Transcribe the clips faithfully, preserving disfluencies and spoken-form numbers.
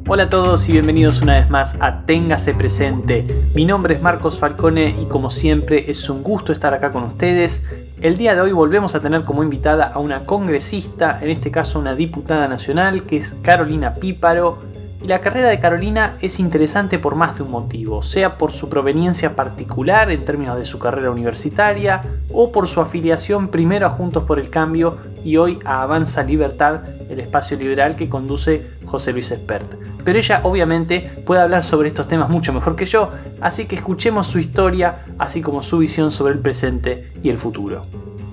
Hola a todos y bienvenidos una vez más a Téngase Presente. Mi nombre es Marcos Falcone y como siempre es un gusto estar acá con ustedes. El día de hoy volvemos a tener como invitada a una congresista, en este caso una diputada nacional, que es Carolina Píparo. Y la carrera de Carolina es interesante por más de un motivo, sea por su proveniencia particular en términos de su carrera universitaria o por su afiliación primero a Juntos por el Cambio y hoy a Avanza Libertad, el espacio liberal que conduce José Luis Espert. Pero ella obviamente puede hablar sobre estos temas mucho mejor que yo, así que escuchemos su historia, así como su visión sobre el presente y el futuro.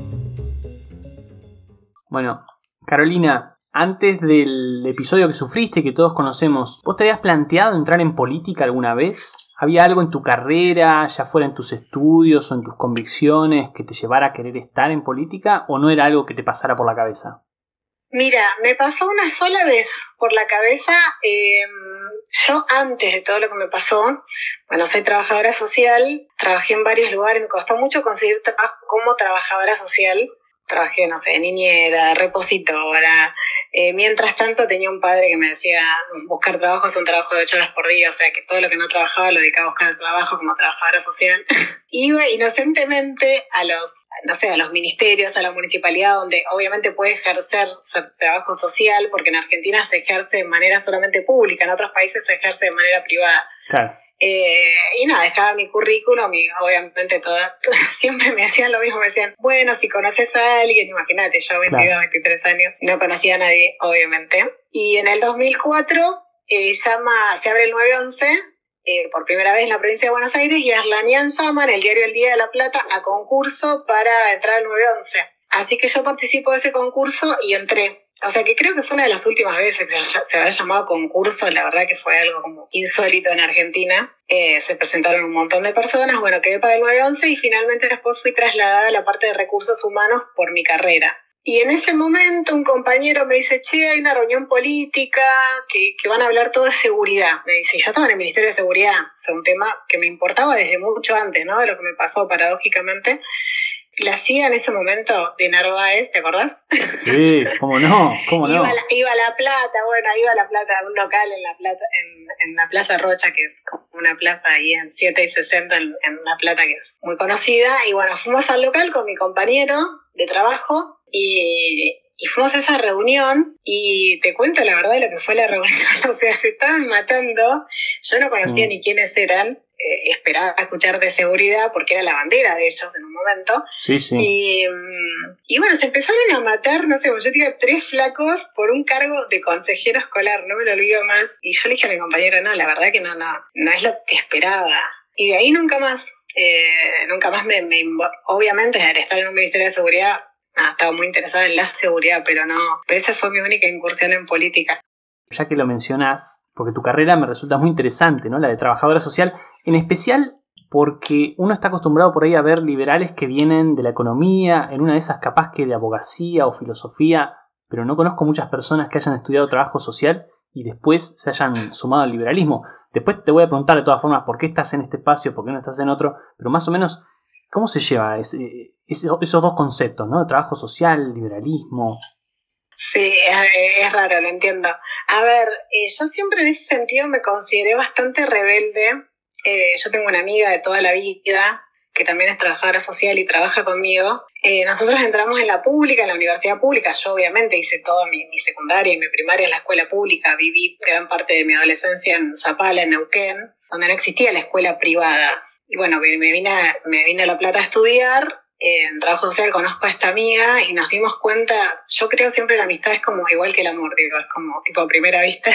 Bueno, Carolina, antes del episodio que sufriste, que todos conocemos, ¿vos te habías planteado entrar en política alguna vez? ¿Había algo en tu carrera, ya fuera en tus estudios o en tus convicciones, que te llevara a querer estar en política o no era algo que te pasara por la cabeza? Mira, me pasó una sola vez por la cabeza. Eh, yo antes de todo lo que me pasó, bueno, soy trabajadora social, trabajé en varios lugares, me costó mucho conseguir trabajo como trabajadora social. Trabajé, no sé, de niñera, repositora. Eh, mientras tanto tenía un padre que me decía, buscar trabajo es un trabajo de ocho horas por día, o sea que todo lo que no trabajaba lo dedicaba a buscar trabajo como trabajadora social. Iba inocentemente a los, no sé, a los ministerios, a la municipalidad, donde obviamente puede ejercer trabajo social, porque en Argentina se ejerce de manera solamente pública, en otros países se ejerce de manera privada. Claro. Eh, y nada, dejaba mi currículum y obviamente toda, siempre me decían lo mismo, me decían, bueno, si conoces a alguien, imagínate, yo veintidós, claro. veintitrés años, no conocía a nadie, obviamente. Y en el dos mil cuatro eh, llama, se abre el nueve once, eh, por primera vez en la provincia de Buenos Aires, y Arlanian llama en el diario El Día de la Plata a concurso para entrar al nueve once. Así que yo participo de ese concurso y entré. O sea que creo que fue una de las últimas veces que se habrá llamado concurso, la verdad que fue algo como insólito en Argentina. Eh, se presentaron un montón de personas, bueno, quedé para el nueve once y finalmente después fui trasladada a la parte de recursos humanos por mi carrera. Y en ese momento un compañero me dice, che, hay una reunión política que, que van a hablar todo de seguridad. Me dice, yo estaba en el Ministerio de Seguridad, o sea, un tema que me importaba desde mucho antes, ¿no? De lo que me pasó paradójicamente. La hacía en ese momento de Narváez, ¿te acordás? Sí, cómo no, cómo no. Iba a la, iba a La Plata, bueno, iba a La Plata, a un local en La Plata, en, en la Plaza Rocha, que es como una plaza ahí en siete y sesenta, en, en La Plata, que es muy conocida. Y bueno, fuimos al local con mi compañero de trabajo y, y fuimos a esa reunión y te cuento la verdad de lo que fue la reunión. O sea, se estaban matando, yo no conocía sí. ni quiénes eran. Eh, esperaba escuchar de seguridad porque era la bandera de ellos en un momento. Sí, sí. Y, y bueno, se empezaron a matar, no sé, yo tenía tres flacos por un cargo de consejero escolar, no me lo olvido más. Y yo le dije a mi compañera, no, la verdad que no, no, no es lo que esperaba. Y de ahí nunca más, eh, nunca más me, me... Obviamente, al estar en un ministerio de seguridad, ah, estaba muy interesada en la seguridad, pero no, pero esa fue mi única incursión en política. Ya que lo mencionás, porque tu carrera me resulta muy interesante, ¿no? La de trabajadora social, en especial porque uno está acostumbrado por ahí a ver liberales que vienen de la economía, en una de esas capaz que de abogacía o filosofía, pero no conozco muchas personas que hayan estudiado trabajo social y después se hayan sumado al liberalismo. Después te voy a preguntar de todas formas por qué estás en este espacio, por qué no estás en otro, pero más o menos, ¿cómo se lleva ese, ese, esos dos conceptos, ¿no? Trabajo social, liberalismo. Sí, es raro, lo entiendo. A ver, eh, yo siempre en ese sentido me consideré bastante rebelde. Eh, yo tengo una amiga de toda la vida que también es trabajadora social y trabaja conmigo. Eh, nosotros entramos en la pública, en la universidad pública. Yo obviamente hice toda mi, mi secundaria y mi primaria en la escuela pública. Viví gran parte de mi adolescencia en Zapala, en Neuquén, donde no existía la escuela privada. Y bueno, me, me, vine, a, me vine a La Plata a estudiar. En trabajo social conozco a esta amiga y nos dimos cuenta, yo creo siempre la amistad es como igual que el amor, digo, es como tipo a primera vista.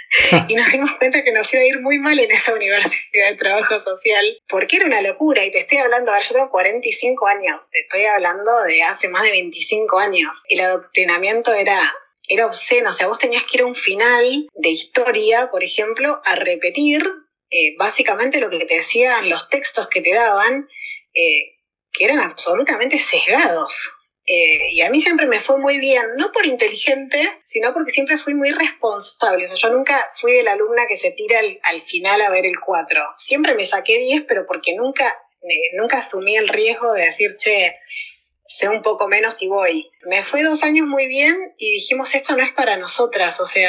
Y nos dimos cuenta que nos iba a ir muy mal en esa universidad de trabajo social, porque era una locura. Y te estoy hablando, a ver, yo tengo cuarenta y cinco años, te estoy hablando de hace más de veinticinco años. Y el adoctrinamiento era, era obsceno, o sea, vos tenías que ir a un final de historia, por ejemplo, a repetir eh, básicamente lo que te decían los textos que te daban, eh, que eran absolutamente sesgados. Eh, y a mí siempre me fue muy bien, no por inteligente, sino porque siempre fui muy responsable. O sea, yo nunca fui de la alumna que se tira al, al final a ver el cuatro. Siempre me saqué diez, pero porque nunca, eh, nunca asumí el riesgo de decir, che, sé un poco menos y voy. Me fue dos años muy bien y dijimos, esto no es para nosotras. O sea,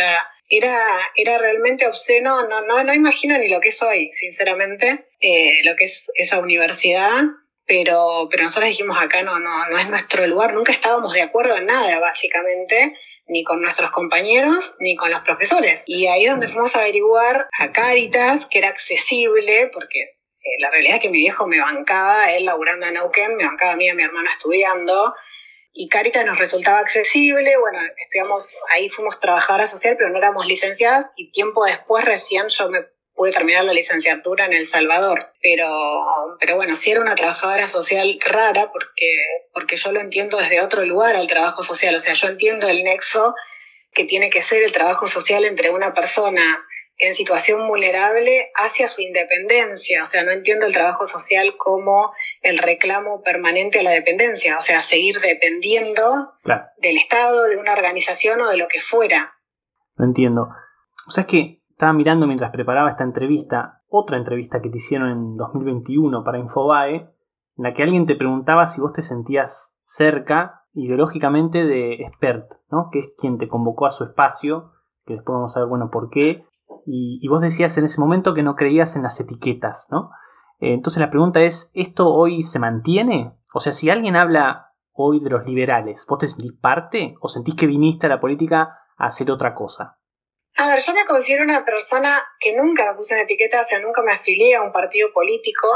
Era, era realmente obsceno, no, no, no imagino ni lo que es hoy, sinceramente, eh, lo que es esa universidad, pero, pero nosotros dijimos acá no, no, no es nuestro lugar, nunca estábamos de acuerdo en nada, básicamente, ni con nuestros compañeros, ni con los profesores. Y ahí es donde fuimos a averiguar a Cáritas, que era accesible, porque eh, la realidad es que mi viejo me bancaba, él laburando en Neuquén, me bancaba a mí y a mi hermano estudiando, y Cáritas nos resultaba accesible, bueno, estudiamos, ahí fuimos trabajadora social, pero no éramos licenciadas, y tiempo después recién yo me pude terminar la licenciatura en El Salvador. Pero, pero bueno, sí era una trabajadora social rara, porque, porque yo lo entiendo desde otro lugar al trabajo social, o sea, yo entiendo el nexo que tiene que ser el trabajo social entre una persona en situación vulnerable hacia su independencia, o sea, no entiendo el trabajo social como el reclamo permanente a la dependencia, o sea, seguir dependiendo claro. del Estado, de una organización o de lo que fuera. No entiendo. O sea, es que estaba mirando mientras preparaba esta entrevista, otra entrevista que te hicieron en dos mil veintiuno para Infobae, en la que alguien te preguntaba si vos te sentías cerca ideológicamente de Espert, ¿no? Que es quien te convocó a su espacio, que después vamos a ver, bueno, por qué. Y, y vos decías en ese momento que no creías en las etiquetas, ¿no? Eh, entonces la pregunta es, ¿esto hoy se mantiene? O sea, si alguien habla hoy de los liberales, ¿vos te sentís parte o sentís que viniste a la política a hacer otra cosa? A ver, yo me considero una persona que nunca me puse en etiqueta, o sea, nunca me afilié a un partido político.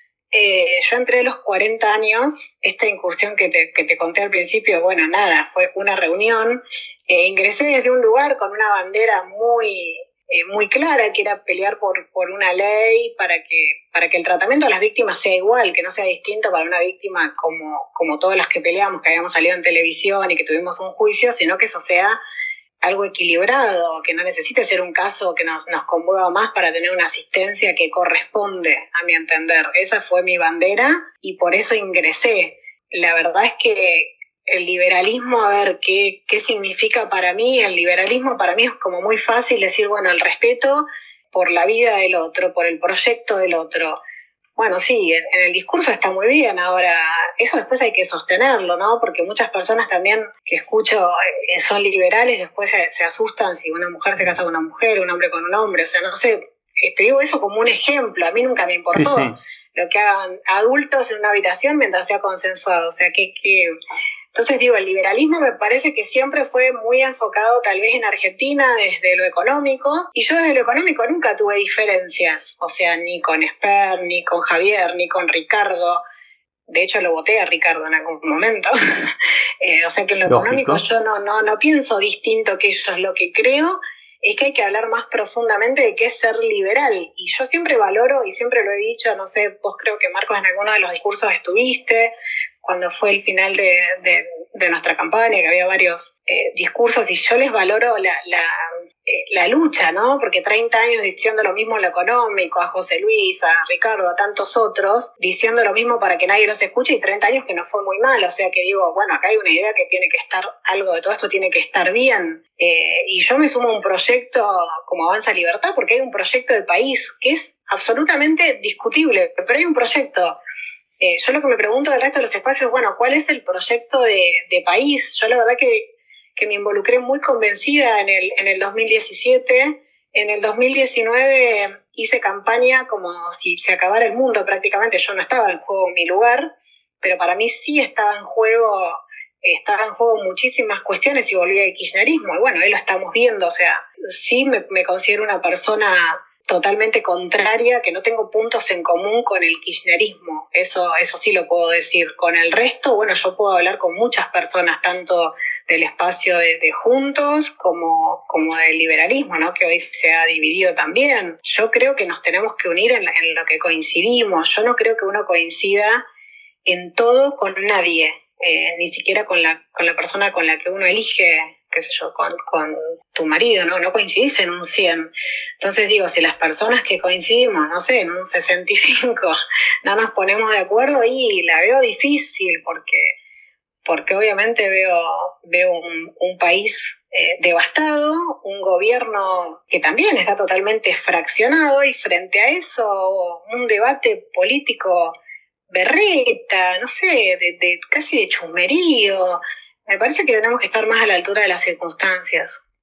Eh, yo entré a los cuarenta años, esta incursión que te, que te conté al principio, bueno, nada, fue una reunión. Eh, ingresé desde un lugar con una bandera muy... Eh, muy clara, que era pelear por, por una ley para que, para que el tratamiento a las víctimas sea igual, que no sea distinto para una víctima como, como todas las que peleamos, que habíamos salido en televisión y que tuvimos un juicio, sino que eso sea algo equilibrado, que no necesite ser un caso que nos, nos conmueva más para tener una asistencia que corresponde, a mi entender. Esa fue mi bandera y por eso ingresé. La verdad es que el liberalismo, a ver, ¿qué, qué significa para mí? El liberalismo para mí es como muy fácil decir, bueno, el respeto por la vida del otro, por el proyecto del otro. Bueno, sí, en, en el discurso está muy bien, ahora eso después hay que sostenerlo, ¿no? Porque muchas personas también que escucho eh, son liberales, después se, se asustan si una mujer se casa con una mujer, un hombre con un hombre, o sea, no sé, eh, te digo eso como un ejemplo, a mí nunca me importó. Sí, sí. Lo que hagan adultos en una habitación mientras sea consensuado, o sea, que... que Entonces digo, el liberalismo me parece que siempre fue muy enfocado tal vez en Argentina desde lo económico, y yo desde lo económico nunca tuve diferencias, o sea, ni con Esper, ni con Javier, ni con Ricardo. De hecho lo voté a Ricardo en algún momento. eh, o sea que en lo Lógico. económico yo no, no, no pienso distinto que ellos. Lo que creo es que hay que hablar más profundamente de qué es ser liberal, y yo siempre valoro, y siempre lo he dicho, no sé, vos creo que Marcos en alguno de los discursos estuviste, cuando fue el final de, de, de nuestra campaña, que había varios eh, discursos, y yo les valoro la, la, eh, la lucha, ¿no? Porque treinta años diciendo lo mismo en lo económico, a José Luis, a Ricardo, a tantos otros, diciendo lo mismo para que nadie los escuche, y treinta años que no fue muy mal, o sea que digo, bueno, acá hay una idea que tiene que estar, algo de todo esto tiene que estar bien, eh, y yo me sumo a un proyecto como Avanza Libertad, porque hay un proyecto de país que es absolutamente discutible, pero hay un proyecto. Eh, yo lo que me pregunto del resto de los espacios, bueno, ¿cuál es el proyecto de, de país? Yo la verdad que, que me involucré muy convencida en el, en el dos mil diecisiete. En el dos mil diecinueve hice campaña como si se acabara el mundo prácticamente. Yo no estaba en juego mi lugar, pero para mí sí estaba en juego, estaba en juego muchísimas cuestiones y volví al kirchnerismo. Y bueno, ahí lo estamos viendo. O sea, sí me, me considero una persona totalmente contraria, que no tengo puntos en común con el kirchnerismo, eso, eso sí lo puedo decir. Con el resto, bueno, yo puedo hablar con muchas personas, tanto del espacio de, de Juntos como, como del liberalismo, ¿no? Que hoy se ha dividido también. Yo creo que nos tenemos que unir en, en lo que coincidimos. Yo no creo que uno coincida en todo con nadie, eh, ni siquiera con la, con la persona con la que uno elige, qué sé yo, con, con tu marido, ¿no? No coincidís en un cien. Entonces digo, si las personas que coincidimos, no sé, en un sesenta y cinco, no nos ponemos de acuerdo, y la veo difícil, porque, porque obviamente veo, veo un, un país eh, devastado, un gobierno que también está totalmente fraccionado, y frente a eso un debate político berreta, no sé, de, de casi de chusmerío. Me parece que tenemos que estar más a la altura de las circunstancias.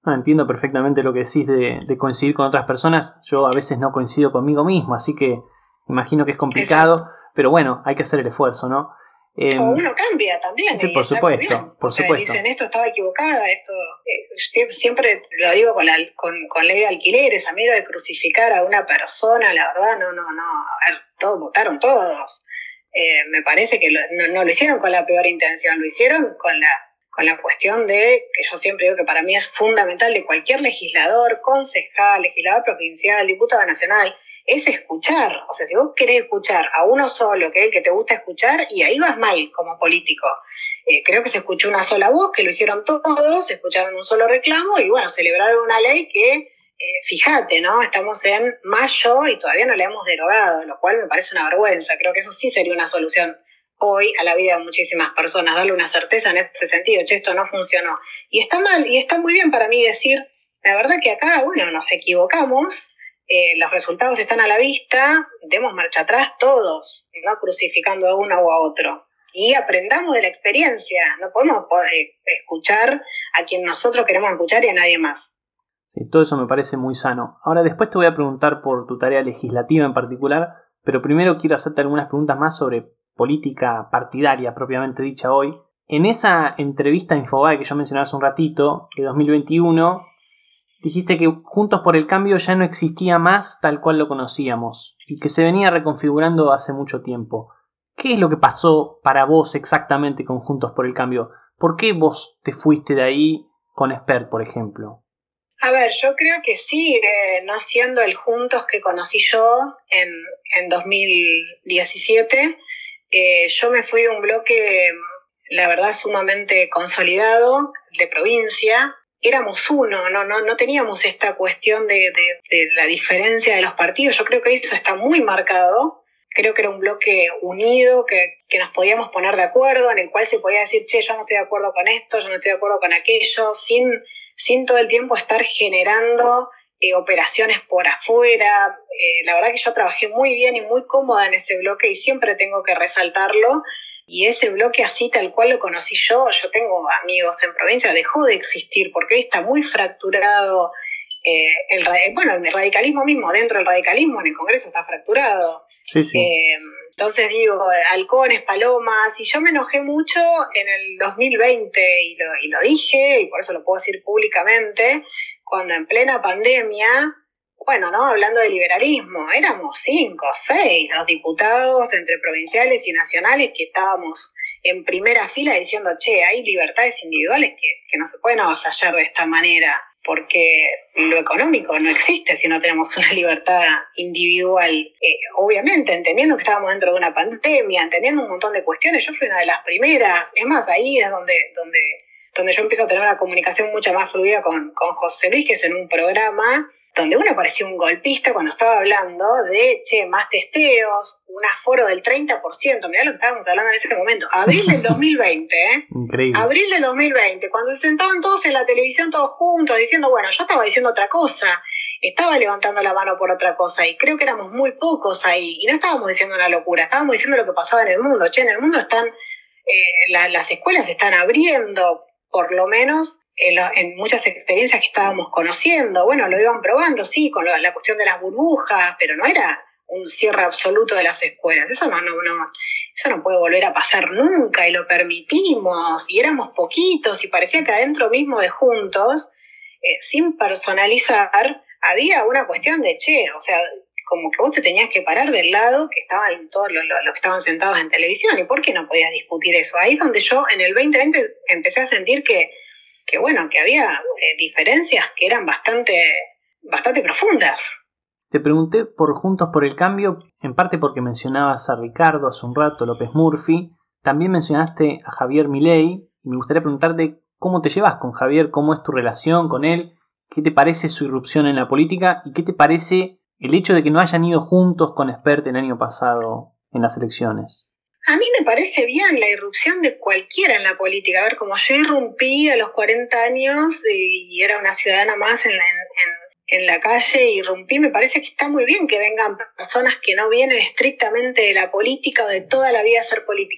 No, entiendo perfectamente lo que decís de, de coincidir con otras personas. Yo a veces no coincido conmigo mismo, así que imagino que es complicado, exacto, pero bueno, hay que hacer el esfuerzo, ¿no? Eh, o uno cambia también. Sí, y por supuesto, bien. por o sea, supuesto. Dicen esto estaba equivocada, esto eh, siempre lo digo con, la, con, con ley de alquileres, a mí lo de crucificar a una persona, la verdad, no, no, no, a ver, todos votaron todos. Eh, me parece que lo, no, no lo hicieron con la peor intención, lo hicieron con la, con la cuestión de, que yo siempre digo que para mí es fundamental de cualquier legislador, concejal, legislador provincial, diputado nacional, es escuchar. O sea, si vos querés escuchar a uno solo, que es el que te gusta escuchar, y ahí vas mal como político. Eh, creo que se escuchó una sola voz, que lo hicieron todos, se escucharon un solo reclamo, y bueno, celebraron una ley que, eh, fíjate, ¿no? Estamos en mayo y todavía no la hemos derogado, lo cual me parece una vergüenza. Creo que eso sí sería una solución hoy a la vida de muchísimas personas, darle una certeza en ese sentido, che, esto no funcionó. Y está mal, y está muy bien para mí decir, la verdad que acá, bueno, nos equivocamos, Eh, los resultados están a la vista, demos marcha atrás todos, no crucificando a uno o a otro. Y aprendamos de la experiencia, no podemos poder escuchar a quien nosotros queremos escuchar y a nadie más. Sí, todo eso me parece muy sano. Ahora después te voy a preguntar por tu tarea legislativa en particular, pero primero quiero hacerte algunas preguntas más sobre política partidaria propiamente dicha hoy. En esa entrevista a Infobae que yo mencionaba hace un ratito, de dos mil veintiuno, dijiste que Juntos por el Cambio ya no existía más tal cual lo conocíamos y que se venía reconfigurando hace mucho tiempo. ¿Qué es lo que pasó para vos exactamente con Juntos por el Cambio? ¿Por qué vos te fuiste de ahí con Espert, por ejemplo? A ver, yo creo que sigue no siendo el Juntos que conocí yo en, en dos mil diecisiete. Eh, yo me fui de un bloque, la verdad, sumamente consolidado, de provincia. Éramos uno, no, no, no teníamos esta cuestión de, de, de la diferencia de los partidos. Yo creo que eso está muy marcado. Creo que era un bloque unido, que, que nos podíamos poner de acuerdo, en el cual se podía decir, che, yo no estoy de acuerdo con esto, yo no estoy de acuerdo con aquello, sin, sin todo el tiempo estar generando eh, operaciones por afuera. Eh, la verdad que yo trabajé muy bien y muy cómoda en ese bloque y siempre tengo que resaltarlo. Y ese bloque así tal cual lo conocí yo, yo tengo amigos en provincia, dejó de existir porque hoy está muy fracturado. Eh, el, bueno, el radicalismo mismo, dentro del radicalismo en el Congreso está fracturado. Sí, sí. Eh, entonces digo, halcones, palomas, y yo me enojé mucho en el dos mil veinte y lo, y lo dije, y por eso lo puedo decir públicamente, cuando en plena pandemia, bueno, ¿no? Hablando de liberalismo, éramos cinco, seis los diputados entre provinciales y nacionales que estábamos en primera fila diciendo, che, hay libertades individuales que, que no se pueden avasallar de esta manera, porque lo económico no existe si no tenemos una libertad individual. Eh, obviamente, entendiendo que estábamos dentro de una pandemia, entendiendo un montón de cuestiones, yo fui una de las primeras. Es más, ahí es donde, donde, donde yo empiezo a tener una comunicación mucho más fluida con, con José Luis, que es en un programa donde uno parecía un golpista cuando estaba hablando de, che, más testeos, un aforo del treinta por ciento, mirá lo que estábamos hablando en ese momento, abril del dos mil veinte, ¿eh? Increíble. Abril del dos mil veinte, cuando se sentaban todos en la televisión todos juntos diciendo, bueno, yo estaba diciendo otra cosa, estaba levantando la mano por otra cosa y creo que éramos muy pocos ahí y no estábamos diciendo una locura, estábamos diciendo lo que pasaba en el mundo. Che, en el mundo están, eh, la, las escuelas se están abriendo, por lo menos en, lo, en muchas experiencias que estábamos conociendo. Bueno, lo iban probando, sí, con lo, la cuestión de las burbujas, pero no era un cierre absoluto de las escuelas. Eso no, no, no, eso no puede volver a pasar nunca y lo permitimos y éramos poquitos y parecía que adentro mismo de Juntos, eh, sin personalizar, había una cuestión de, che, o sea, como que vos te tenías que parar del lado que estaban todos los, los que estaban sentados en televisión y por qué no podías discutir eso. Ahí es donde yo en el veinte veinte empecé a sentir que, que bueno, que había eh, diferencias que eran bastante, bastante profundas. Te pregunté por Juntos por el Cambio, en parte porque mencionabas a Ricardo hace un rato, López Murphy, también mencionaste a Javier Milei, y me gustaría preguntarte cómo te llevas con Javier, cómo es tu relación con él, qué te parece su irrupción en la política y qué te parece el hecho de que no hayan ido juntos con Espert el año pasado en las elecciones. A mí me parece bien la irrupción de cualquiera en la política. A ver, como yo irrumpí a los cuarenta años y era una ciudadana más en la, en, en la calle, irrumpí, me parece que está muy bien que vengan personas que no vienen estrictamente de la política o de toda la vida a hacer política.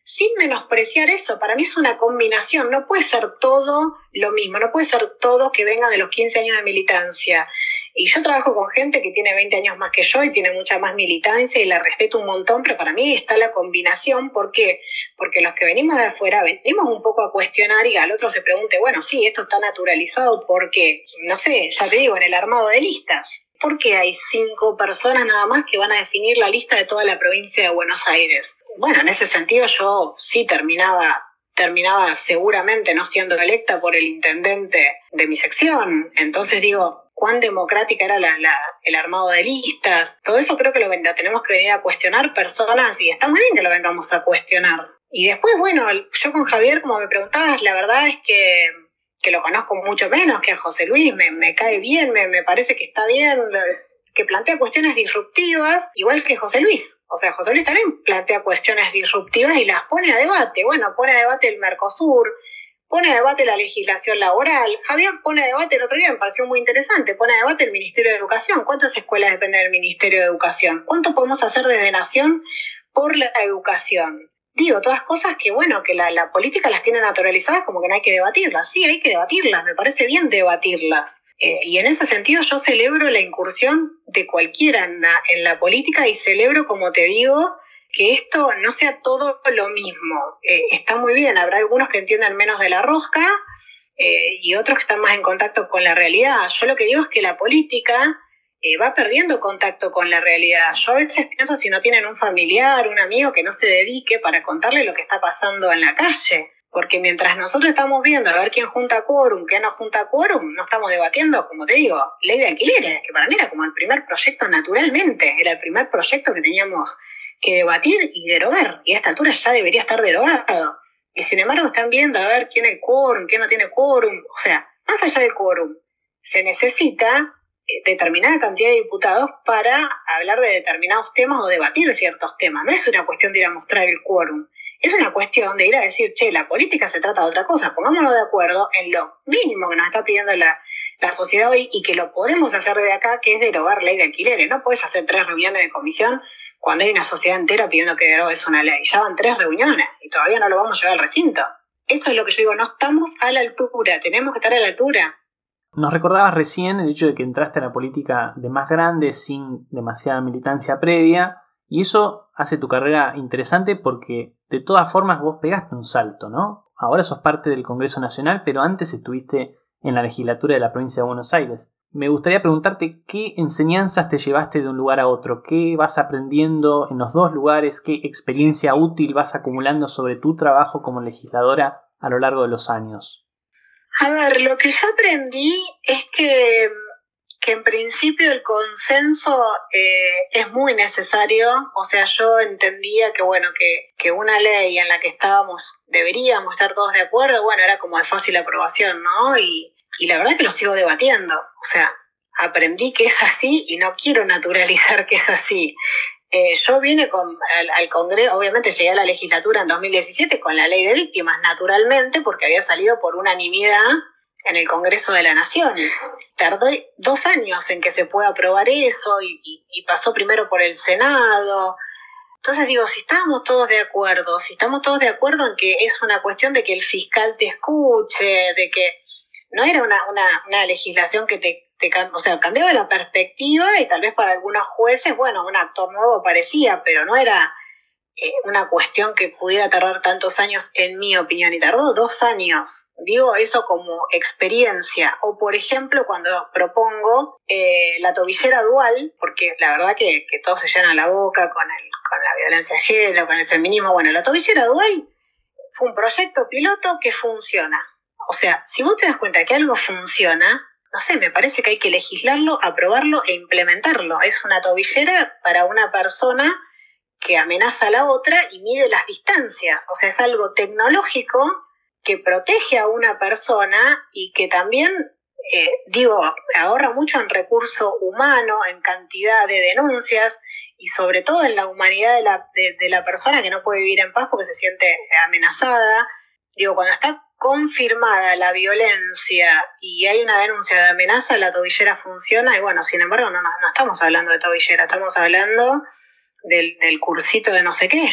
sin menospreciar eso. Para mí es una combinación, no puede ser todo lo mismo, no puede ser todo que venga de los quince años de militancia. Y yo trabajo con gente que tiene veinte años más que yo y tiene mucha más militancia y la respeto un montón, pero para mí está la combinación. ¿Por qué? Porque los que venimos de afuera venimos un poco a cuestionar y al otro se pregunte, bueno, sí, esto está naturalizado porque, no sé, ya te digo, en el armado de listas. ¿Por qué hay cinco personas nada más que van a definir la lista de toda la provincia de Buenos Aires? Bueno, en ese sentido yo sí terminaba... terminaba seguramente no siendo electa por el intendente de mi sección. Entonces digo, cuán democrática era la, la, el armado de listas. Todo eso creo que lo, lo tenemos que venir a cuestionar personas y está muy bien que lo vengamos a cuestionar. Y después, bueno, yo con Javier, como me preguntabas, la verdad es que, que lo conozco mucho menos que a José Luis, me, me cae bien, me, me parece que está bien, que plantea cuestiones disruptivas, igual que José Luis. O sea, José Luis también plantea cuestiones disruptivas y las pone a debate. Bueno, pone a debate el Mercosur, pone a debate la legislación laboral. Javier pone a debate, el otro día me pareció muy interesante, pone a debate el Ministerio de Educación. ¿Cuántas escuelas dependen del Ministerio de Educación? ¿Cuánto podemos hacer desde Nación por la educación? Digo, todas cosas que, bueno, que la, la política las tiene naturalizadas como que no hay que debatirlas. Sí, hay que debatirlas, me parece bien debatirlas. Eh, y en ese sentido yo celebro la incursión de cualquiera en la, en la política y celebro, como te digo, que esto no sea todo lo mismo. Eh, está muy bien, habrá algunos que entiendan menos de la rosca eh, y otros que están más en contacto con la realidad. Yo lo que digo es que la política eh, va perdiendo contacto con la realidad. Yo a veces pienso si no tienen un familiar, un amigo que no se dedique para contarle lo que está pasando en la calle. Porque mientras nosotros estamos viendo a ver quién junta quórum, quién no junta quórum, no estamos debatiendo, como te digo, ley de alquileres, que para mí era como el primer proyecto naturalmente, era el primer proyecto que teníamos que debatir y derogar, y a esta altura ya debería estar derogado. Y sin embargo están viendo a ver quién hay quórum, quién no tiene quórum. O sea, más allá del quórum, se necesita determinada cantidad de diputados para hablar de determinados temas o debatir ciertos temas. No es una cuestión de ir a mostrar el quórum. Es una cuestión de ir a decir, che, la política se trata de otra cosa, pongámonos de acuerdo en lo mínimo que nos está pidiendo la, la sociedad hoy y que lo podemos hacer desde acá, que es derogar ley de alquileres. No puedes hacer tres reuniones de comisión cuando hay una sociedad entera pidiendo que derogues una ley. Ya van tres reuniones y todavía no lo vamos a llevar al recinto. Eso es lo que yo digo, no estamos a la altura, tenemos que estar a la altura. Nos recordabas recién el hecho de que entraste a la política de más grande, sin demasiada militancia previa. Y eso hace tu carrera interesante porque de todas formas vos pegaste un salto, ¿no? Ahora sos parte del Congreso Nacional, pero antes estuviste en la legislatura de la provincia de Buenos Aires. Me gustaría preguntarte qué enseñanzas te llevaste de un lugar a otro, qué vas aprendiendo en los dos lugares, qué experiencia útil vas acumulando sobre tu trabajo como legisladora a lo largo de los años. A ver, lo que yo aprendí es que... que en principio el consenso eh, es muy necesario. O sea, yo entendía que, bueno, que, que una ley en la que estábamos, deberíamos estar todos de acuerdo, bueno, era como de fácil aprobación, ¿no? Y, y la verdad que lo sigo debatiendo. O sea, aprendí que es así y no quiero naturalizar que es así. Eh, yo vine con, al, al Congreso, obviamente llegué a la legislatura en dos mil diecisiete con la ley de víctimas, naturalmente, porque había salido por unanimidad en el Congreso de la Nación. Tardó dos años en que se pueda aprobar eso y, y, y pasó primero por el Senado. Entonces digo, si estábamos todos de acuerdo, si estamos todos de acuerdo en que es una cuestión de que el fiscal te escuche, de que no era una, una, una legislación que te, te, o sea, cambiaba la perspectiva y tal vez para algunos jueces, bueno, un actor nuevo parecía, pero no era eh, una cuestión que pudiera tardar tantos años, en mi opinión, y tardó dos años. Digo eso como experiencia. O, por ejemplo, cuando propongo eh, la tobillera dual, porque la verdad que, que todos se llenan la boca con, el, con la violencia de género, con el feminismo. Bueno, la tobillera dual fue un proyecto piloto que funciona. O sea, si vos te das cuenta que algo funciona, no sé, me parece que hay que legislarlo, aprobarlo e implementarlo. Es una tobillera para una persona que amenaza a la otra y mide las distancias. O sea, es algo tecnológico que protege a una persona y que también, eh, digo, ahorra mucho en recurso humano, en cantidad de denuncias y sobre todo en la humanidad de la, de, de la persona que no puede vivir en paz porque se siente amenazada. Digo, cuando está confirmada la violencia y hay una denuncia de amenaza, la tobillera funciona y bueno, sin embargo, no, no, no estamos hablando de tobillera, estamos hablando del, del cursito de no sé qué.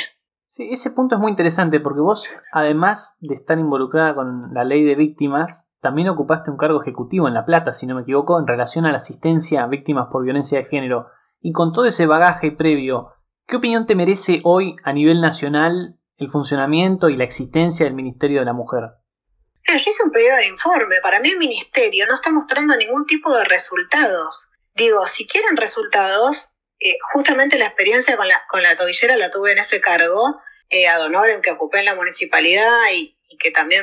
Sí, ese punto es muy interesante porque vos, además de estar involucrada con la ley de víctimas, también ocupaste un cargo ejecutivo en La Plata, si no me equivoco, en relación a la asistencia a víctimas por violencia de género. Y con todo ese bagaje previo, ¿qué opinión te merece hoy a nivel nacional el funcionamiento y la existencia del Ministerio de la Mujer? Yo hice un pedido de informe. Para mí el Ministerio no está mostrando ningún tipo de resultados. Digo, si quieren resultados, eh, justamente la experiencia con la, con la tobillera la tuve en ese cargo, eh, ad honorem que ocupé en la municipalidad y, y que también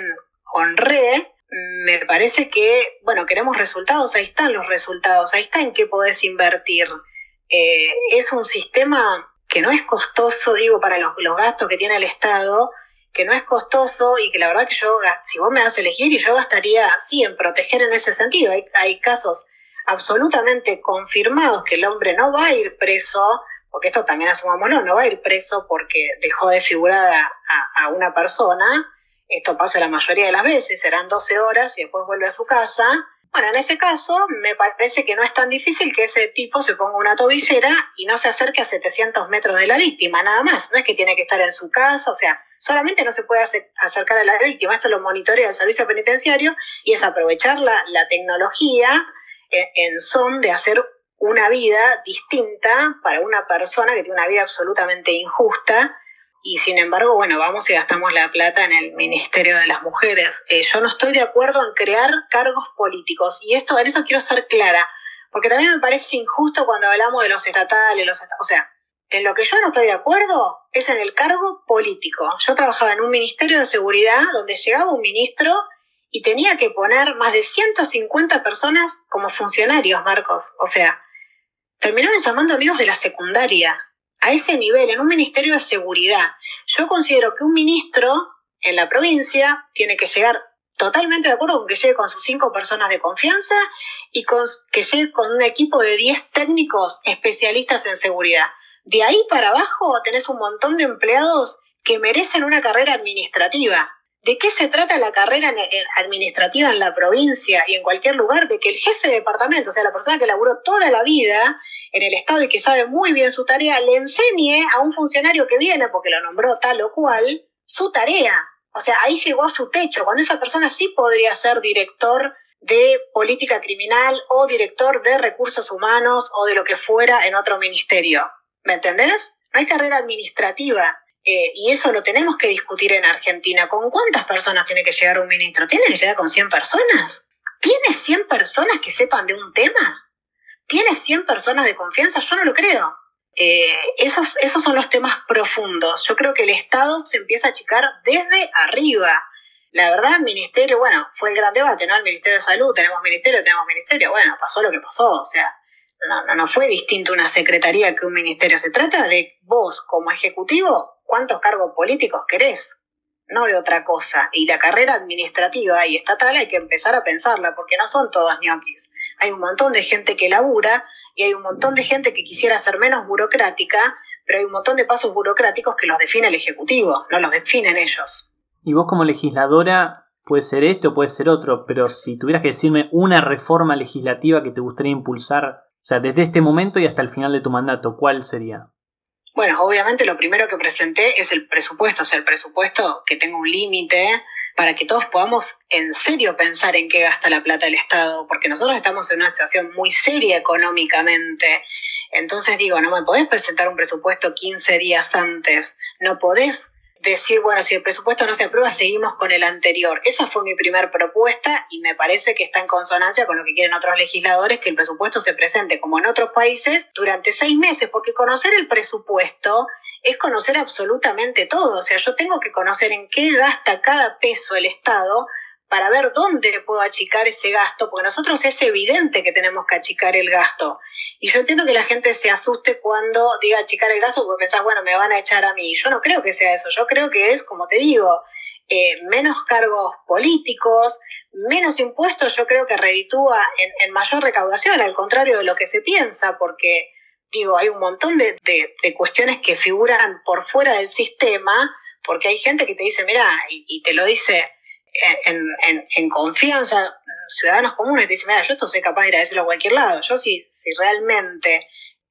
honré. Me parece que, bueno, queremos resultados, ahí están los resultados, ahí está en qué podés invertir. Eh, es un sistema que no es costoso, digo, para los, los gastos que tiene el Estado, que no es costoso y que la verdad que yo, si vos me das a elegir, y yo gastaría, sí, en proteger en ese sentido. Hay, hay casos absolutamente confirmados que el hombre no va a ir preso, porque esto también asumámoslo, no va a ir preso porque dejó desfigurada a, a una persona. Esto pasa la mayoría de las veces, serán doce horas y después vuelve a su casa. Bueno, en ese caso me parece que no es tan difícil que ese tipo se ponga una tobillera y no se acerque a setecientos metros de la víctima, nada más. No es que tiene que estar en su casa, o sea, solamente no se puede acercar a la víctima. Esto lo monitorea el servicio penitenciario y es aprovechar la, la tecnología en, en son de hacer una vida distinta para una persona que tiene una vida absolutamente injusta. Y sin embargo, bueno, vamos y gastamos la plata en el Ministerio de las Mujeres. Eh, yo no estoy de acuerdo en crear cargos políticos. Y esto, en esto quiero ser clara, porque también me parece injusto cuando hablamos de los estatales, los o sea, en lo que yo no estoy de acuerdo es en el cargo político. Yo trabajaba en un Ministerio de Seguridad donde llegaba un ministro y tenía que poner más de ciento cincuenta personas como funcionarios, Marcos. O sea, terminaron llamando amigos de la secundaria. A ese nivel, en un Ministerio de Seguridad. Yo considero que un ministro en la provincia tiene que llegar totalmente de acuerdo con que llegue con sus cinco personas de confianza y con, que llegue con un equipo de diez técnicos especialistas en seguridad. De ahí para abajo tenés un montón de empleados que merecen una carrera administrativa. ¿De qué se trata la carrera administrativa en la provincia y en cualquier lugar? De que el jefe de departamento, o sea, la persona que laburó toda la vida en el Estado y que sabe muy bien su tarea, le enseñe a un funcionario que viene, porque lo nombró tal o cual, su tarea. O sea, ahí llegó a su techo, cuando esa persona sí podría ser director de política criminal o director de recursos humanos o de lo que fuera en otro ministerio. ¿Me entendés? No hay carrera administrativa. Eh, y eso lo tenemos que discutir en Argentina. ¿Con cuántas personas tiene que llegar un ministro? ¿Tiene que llegar con cien personas? ¿Tiene cien personas que sepan de un tema? ¿Tiene cien personas de confianza? Yo no lo creo. Eh, esos, esos son los temas profundos. Yo creo que el Estado se empieza a achicar desde arriba. La verdad, el ministerio, bueno, fue el gran debate, ¿no? El Ministerio de Salud, tenemos ministerio, tenemos ministerio. Bueno, pasó lo que pasó, o sea, no, no, no fue distinto una secretaría que un ministerio. Se trata de vos, como ejecutivo, cuántos cargos políticos querés, no de otra cosa. Y la carrera administrativa y estatal hay que empezar a pensarla, porque no son todos ñoquis. Hay un montón de gente que labura y hay un montón de gente que quisiera ser menos burocrática, pero hay un montón de pasos burocráticos que los define el Ejecutivo, no los definen ellos. Y vos como legisladora, puede ser este o puede ser otro, pero si tuvieras que decirme una reforma legislativa que te gustaría impulsar, o sea, desde este momento y hasta el final de tu mandato, ¿cuál sería? Bueno, obviamente lo primero que presenté es el presupuesto, o sea, el presupuesto que tenga un límite para que todos podamos en serio pensar en qué gasta la plata el Estado, porque nosotros estamos en una situación muy seria económicamente. Entonces digo, no me podés presentar un presupuesto quince días antes, no podés decir, bueno, si el presupuesto no se aprueba, seguimos con el anterior. Esa fue mi primera propuesta y me parece que está en consonancia con lo que quieren otros legisladores, que el presupuesto se presente, como en otros países, durante seis meses, porque conocer el presupuesto es conocer absolutamente todo. O sea, yo tengo que conocer en qué gasta cada peso el Estado para ver dónde puedo achicar ese gasto, porque nosotros es evidente que tenemos que achicar el gasto. Y yo entiendo que la gente se asuste cuando diga achicar el gasto, porque pensás, bueno, me van a echar a mí. Yo no creo que sea eso. Yo creo que es, como te digo, eh, menos cargos políticos, menos impuestos. Yo creo que reditúa en, en mayor recaudación, al contrario de lo que se piensa, porque digo, hay un montón de, de, de cuestiones que figuran por fuera del sistema, porque hay gente que te dice, mirá, y, y te lo dice en, en, en confianza, ciudadanos comunes te dicen, mira, yo esto soy capaz de ir a decirlo a cualquier lado. Yo si, si realmente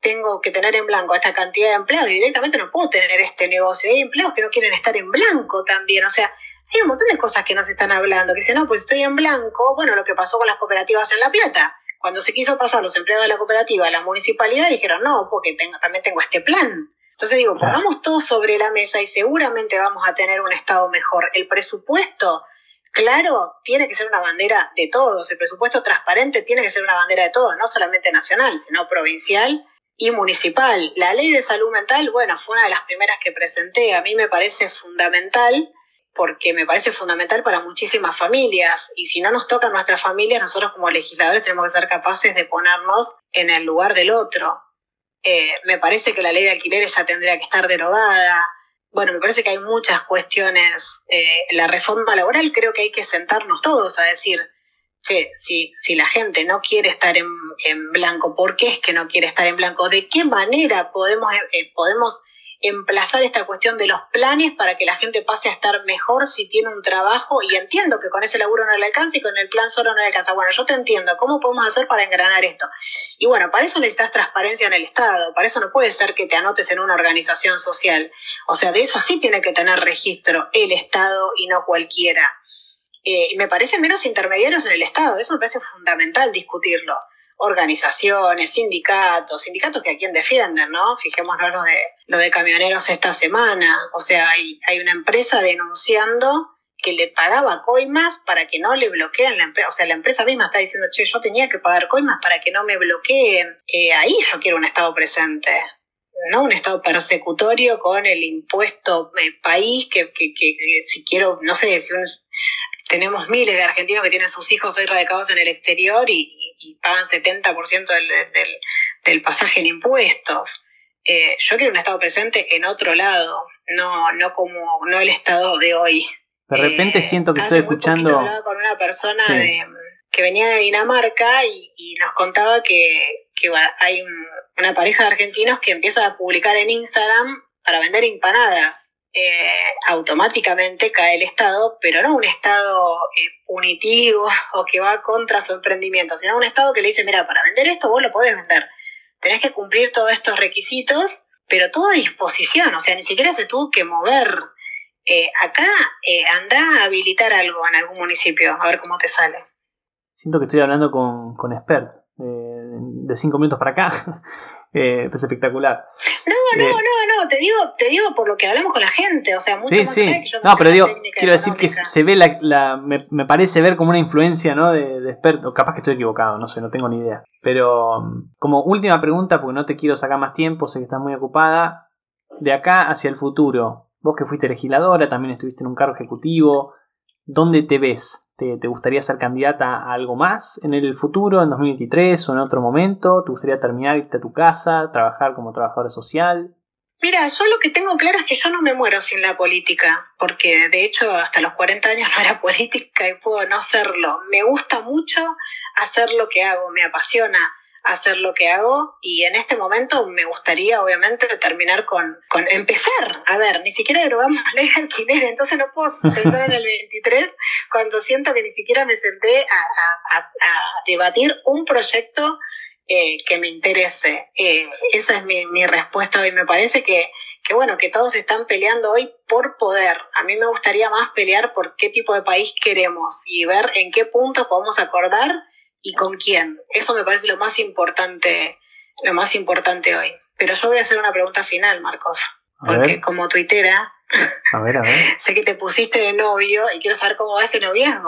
tengo que tener en blanco esta cantidad de empleados y directamente no puedo tener este negocio. Hay empleados que no quieren estar en blanco también, o sea, hay un montón de cosas que no se están hablando, que dicen, no, pues estoy en blanco, bueno, lo que pasó con las cooperativas en La Plata, cuando se quiso pasar los empleados de la cooperativa a la municipalidad, dijeron, no, porque tengo, también tengo este plan. Entonces digo, claro, pongamos todo sobre la mesa y seguramente vamos a tener un Estado mejor. El presupuesto, claro, tiene que ser una bandera de todos, el presupuesto transparente tiene que ser una bandera de todos, no solamente nacional, sino provincial y municipal. La ley de salud mental, bueno, fue una de las primeras que presenté, a mí me parece fundamental, porque me parece fundamental para muchísimas familias, y si no nos toca a nuestras familias, nosotros como legisladores tenemos que ser capaces de ponernos en el lugar del otro. Eh, me parece que la ley de alquileres ya tendría que estar derogada. Bueno, me parece que hay muchas cuestiones. Eh, la reforma laboral creo que hay que sentarnos todos a decir, che, si, si la gente no quiere estar en, en blanco, ¿por qué es que no quiere estar en blanco? ¿De qué manera podemos, eh, podemos emplazar esta cuestión de los planes para que la gente pase a estar mejor si tiene un trabajo? Y entiendo que con ese laburo no le alcanza y con el plan solo no le alcanza. Bueno, yo te entiendo. ¿Cómo podemos hacer para engranar esto? Y bueno, para eso necesitas transparencia en el Estado. Para eso no puede ser que te anotes en una organización social. O sea, de eso sí tiene que tener registro el Estado y no cualquiera. Eh, y me parecen menos intermediarios en el Estado. Eso me parece fundamental discutirlo. Organizaciones, sindicatos, sindicatos que a quién defienden, ¿no? Fijémonos lo de, lo de camioneros esta semana. O sea, hay, hay una empresa denunciando que le pagaba coimas para que no le bloqueen la empresa. O sea, la empresa misma está diciendo, che, yo tenía que pagar coimas para que no me bloqueen. Eh, ahí yo quiero un Estado presente, no un Estado persecutorio con el impuesto eh, país, que, que, que, que si quiero, no sé, si un, tenemos miles de argentinos que tienen sus hijos hoy radicados en el exterior y, y pagan setenta por ciento del, del, del pasaje en impuestos. Eh, yo quiero un Estado presente en otro lado, no, no como no el Estado de hoy. De repente eh, siento que estoy escuchando... Hace muy poquito hablaba con una persona sí. de, que venía de Dinamarca y, y nos contaba que, que hay un, una pareja de argentinos que empieza a publicar en Instagram para vender empanadas. Eh, automáticamente cae el Estado, pero no un Estado eh, punitivo o que va contra su emprendimiento, sino un Estado que le dice, mira, para vender esto vos lo podés vender, tenés que cumplir todos estos requisitos, pero todo a disposición, o sea, ni siquiera se tuvo que mover. Eh, acá eh, andá a habilitar algo en algún municipio, a ver cómo te sale. Siento que estoy hablando con, con expert, eh, de cinco minutos para acá. Eh, es espectacular. No, no, eh, no, no, te digo, te digo por lo que hablamos con la gente, o sea, mucho sí, más sí. allá que yo no, no pero digo, quiero económica. decir que se ve la, la me, me parece ver como una influencia, ¿no? De, de experto, capaz que estoy equivocado, no sé, no tengo ni idea. Pero como última pregunta, porque no te quiero sacar más tiempo, sé que estás muy ocupada, de acá hacia el futuro, vos que fuiste legisladora, también estuviste en un cargo ejecutivo, ¿dónde te ves? ¿Te, ¿Te gustaría ser candidata a algo más en el futuro, en dos mil veintitrés o en otro momento? ¿Te gustaría terminar, irte a tu casa, trabajar como trabajadora social? Mira, yo lo que tengo claro es que yo no me muero sin la política, porque de hecho hasta los cuarenta años no era política y puedo no serlo. Me gusta mucho hacer lo que hago, me apasiona hacer lo que hago y en este momento me gustaría obviamente terminar con, con empezar, a ver, ni siquiera derogamos la ley de alquiler, entonces no puedo pensar en el veintitrés cuando siento que ni siquiera me senté a, a, a, a debatir un proyecto eh, que me interese. Eh, esa es mi, mi respuesta hoy. Me parece que, que bueno, que todos están peleando hoy por poder. A mí me gustaría más pelear por qué tipo de país queremos y ver en qué puntos podemos acordar y con quién. Eso me parece lo más importante, lo más importante hoy. Pero yo voy a hacer una pregunta final, Marcos, a porque ver. Como tuitera, a ver, a ver. sé que te pusiste de novio y quiero saber cómo va ese noviazgo.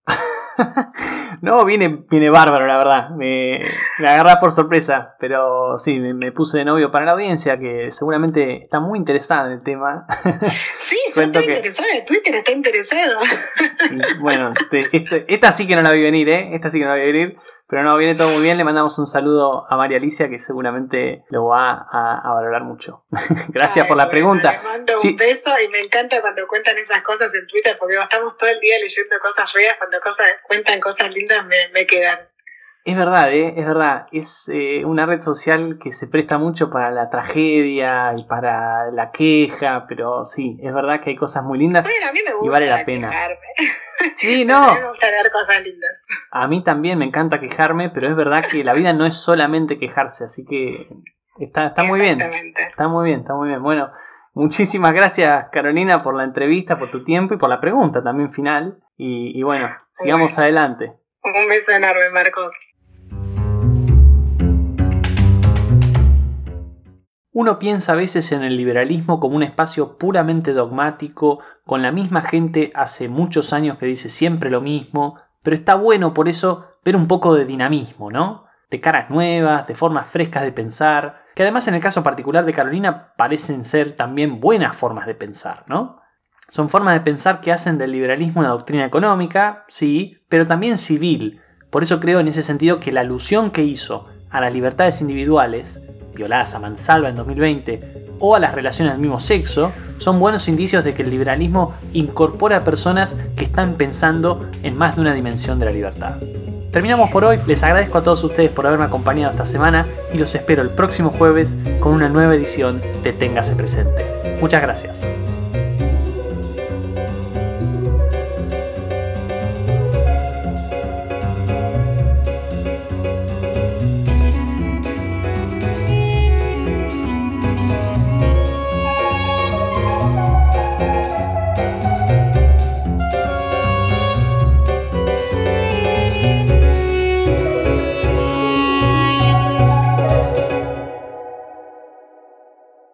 No, viene, viene bárbaro, la verdad. Me, me agarrás por sorpresa. Pero sí, me, me puse de novio para la audiencia, que seguramente está muy interesada en el tema. Sí, yo estoy que... interesada. Twitter está interesado. Y, bueno, te, este, esta sí que no la vi venir, ¿eh? Esta sí que no la vi venir. Pero no, viene todo muy bien. Le mandamos un saludo a María Alicia, que seguramente lo va a, a valorar mucho. Gracias Ay, por la bueno, pregunta. Le mando sí. un beso y me encanta cuando cuentan esas cosas en Twitter, porque estamos todo el día leyendo cosas feas. Cuando cosas, cuentan cosas lindas me, me quedan. Es verdad, ¿eh? Es verdad. Es eh, una red social que se presta mucho para la tragedia y para la queja, pero sí, es verdad que hay cosas muy lindas bueno, a mí me gusta y vale la pena. Quejarme. Sí, no. A mí me gusta ver cosas lindas. A mí también me encanta quejarme, pero es verdad que la vida no es solamente quejarse, así que Está, está muy bien. Está muy bien, está muy bien. Bueno, muchísimas gracias, Carolina, por la entrevista, por tu tiempo y por la pregunta también final. Y, y bueno, sigamos bueno, adelante. Un beso enorme, Marcos. Uno piensa a veces en el liberalismo como un espacio puramente dogmático, con la misma gente hace muchos años que dice siempre lo mismo, pero está bueno por eso ver un poco de dinamismo, ¿no? De caras nuevas, de formas frescas de pensar, que además en el caso particular de Carolina parecen ser también buenas formas de pensar, ¿no? Son formas de pensar que hacen del liberalismo una doctrina económica, sí, pero también civil. Por eso creo en ese sentido que la alusión que hizo a las libertades individuales, violadas a mansalva en dos mil veinte, o a las relaciones del mismo sexo, son buenos indicios de que el liberalismo incorpora a personas que están pensando en más de una dimensión de la libertad. Terminamos por hoy, les agradezco a todos ustedes por haberme acompañado esta semana y los espero el próximo jueves con una nueva edición de Téngase Presente. Muchas gracias.